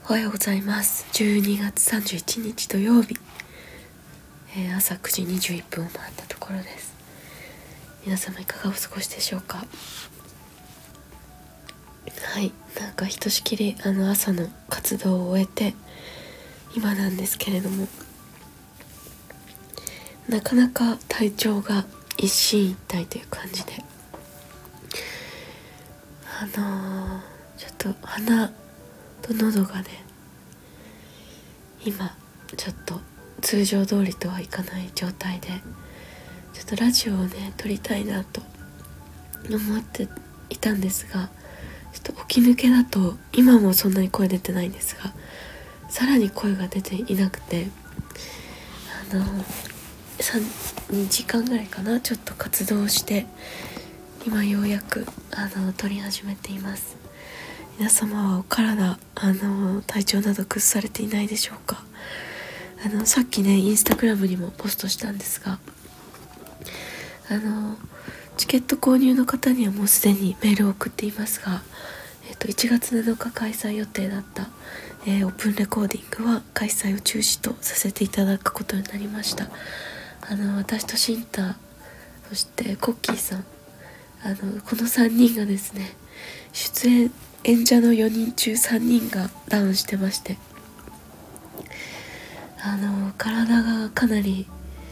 おはようございます。12月31日土曜日、朝9時21分を回ったところです。皆様いかがお過ごしでしょうか。はい、なんかひとしきり朝の活動を終えて今なんですけれども、なかなか体調が一進一退という感じで、ちょっと鼻と喉がね、今ちょっと通常通りとはいかない状態で、ちょっとラジオをね撮りたいなと思っていたんですが、ちょっと起き抜けだと今もそんなに声出てないんですが、さらに声が出ていなくて、2時間ぐらいかな、ちょっと活動して今ようやく撮り始めています。皆様はお体体調など崩されていないでしょうか。さっきねインスタグラムにもポストしたんですが、チケット購入の方にはもうすでにメールを送っていますが、1月7日開催予定だった、オープンレコーディングは開催を中止とさせていただくことになりました。私とシンタ、そしてコッキーさん、この3人がですね、演者の4人中3人がダウンしてまして、体がかなり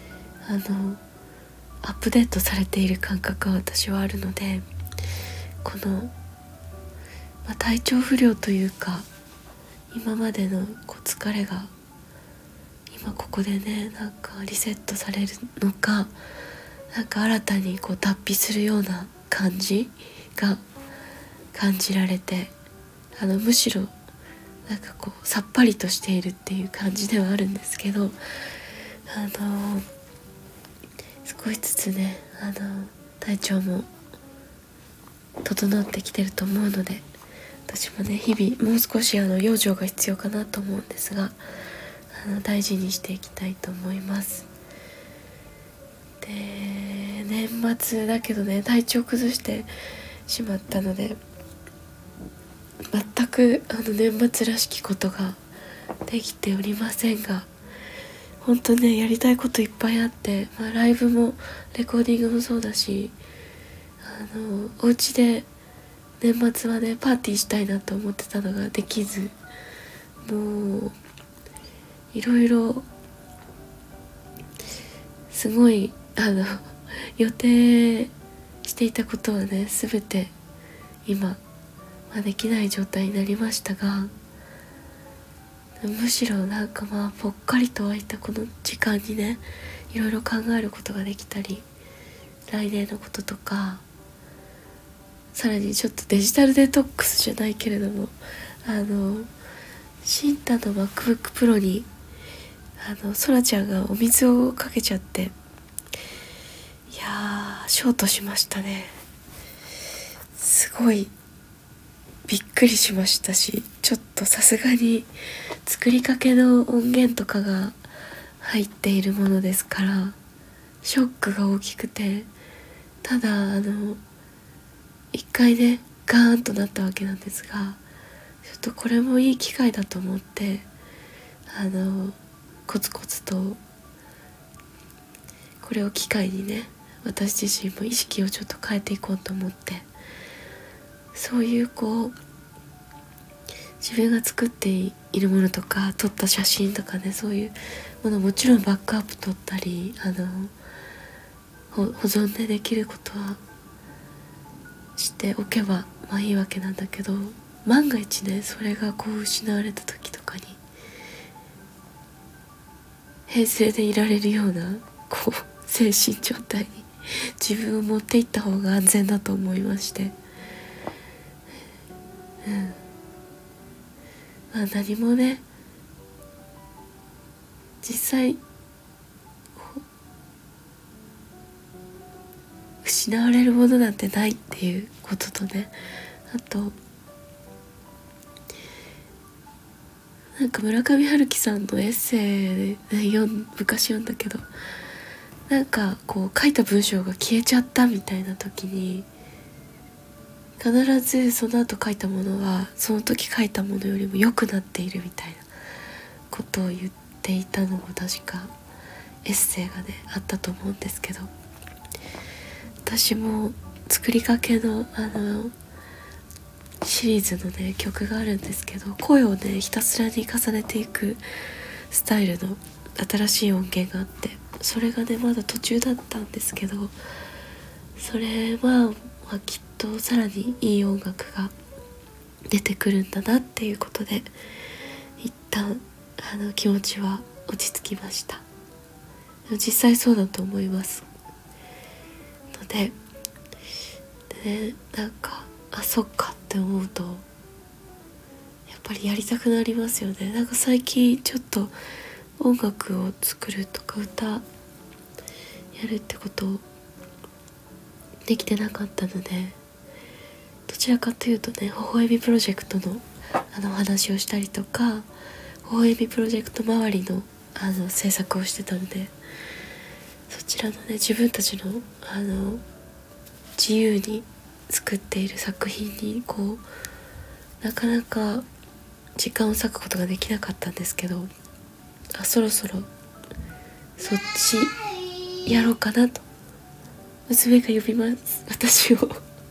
アップデートされている感覚は私はあるので、この、体調不良というか今までの疲れが今ここでねなんかリセットされるのか、なんか新たに脱皮するような感じが感じられて、むしろなんかさっぱりとしているっていう感じではあるんですけど、少しずつね体調も整ってきてると思うので、私もね日々もう少し養生が必要かなと思うんですが、大事にしていきたいと思います。で、年末だけどね体調崩してしまったので、全く年末らしきことができておりませんが、本当ねやりたいこといっぱいあって、ライブもレコーディングもそうだし、お家で年末はねパーティーしたいなと思ってたのができず、もういろいろすごい予定していたことはね全て今、できない状態になりましたが、むしろなんかぽっかりと空いたこの時間にねいろいろ考えることができたり、来年のこととか、さらにちょっとデジタルデトックスじゃないけれども、シンタの MacBook Pro にソラちゃんがお水をかけちゃって、いやーショートしましたね。すごいびっくりしましたし、ちょっとさすがに作りかけの音源とかが入っているものですからショックが大きくて、ただ一回ねガーンとなったわけなんですが、ちょっとこれもいい機会だと思ってコツコツとこれを機会にね私自身も意識をちょっと変えていこうと思って、そういう自分が作っているものとか撮った写真とかね、そういうものもちろんバックアップ撮ったり保存できることはしておけばいいわけなんだけど、万が一ねそれが失われた時とかに平静でいられるような精神状態に自分を持っていった方が安全だと思いまして、何もね実際失われるものなんてないっていうこととね、あとなんか村上春樹さんのエッセイで昔読んだけど、なんか書いた文章が消えちゃったみたいな時に必ずその後書いたものはその時書いたものよりも良くなっているみたいなことを言っていたのも確かエッセイがねあったと思うんですけど、私も作りかけのシリーズのね曲があるんですけど、声をねひたすらに重ねていくスタイルの新しい音源があって、それがねまだ途中だったんですけど、それは、きっとさらにいい音楽が出てくるんだなっていうことで一旦気持ちは落ち着きました。実際そうだと思いますので、なんかそっかって思うとやっぱりやりたくなりますよね。なんか最近ちょっと音楽を作るとか歌やるってことをできてなかったので、どちらかというとね、微笑みプロジェクトのお話をしたりとか、微笑みプロジェクト周りの制作をしてたので、そちらのね自分たちの自由に作っている作品にこうなかなか時間を割くことができなかったんですけど、そろそろそっちやろうかなと娘が呼びます私をよ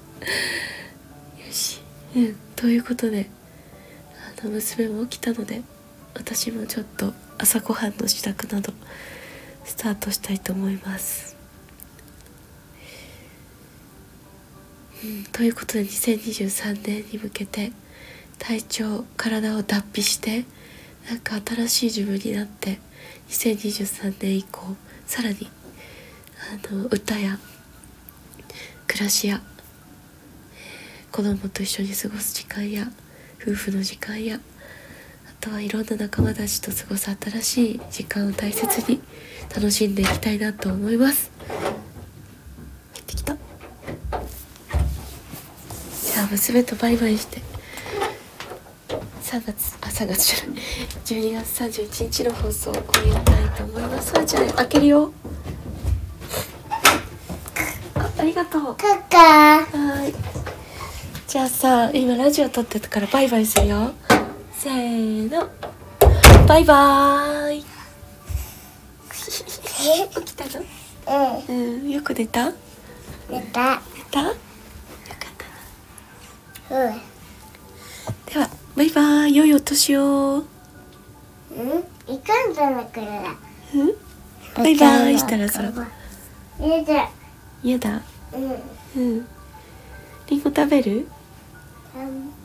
し、ということで娘も起きたので、私もちょっと朝ごはんの支度などスタートしたいと思います。ということで2023年に向けて体を脱皮してなんか新しい自分になって、2023年以降さらに歌や暮らしや子供と一緒に過ごす時間や夫婦の時間や、あとはいろんな仲間たちと過ごす新しい時間を大切に楽しんでいきたいなと思います。入ってきた。じゃあ娘とバイバイして3月じゃない12月31日の放送を終えたいと思います。じゃあ開けるよ。ありがとう。はい。じゃあさ、今ラジオ撮ってたからバイバイするよ。せーの、バイバーイ。起きたの？よく寝た？寝た？よかったな。ではバイバーイ、良いお年を。 いかんじゃなくら。 バイバイしたらそら。 やだ。 リンゴ食べる？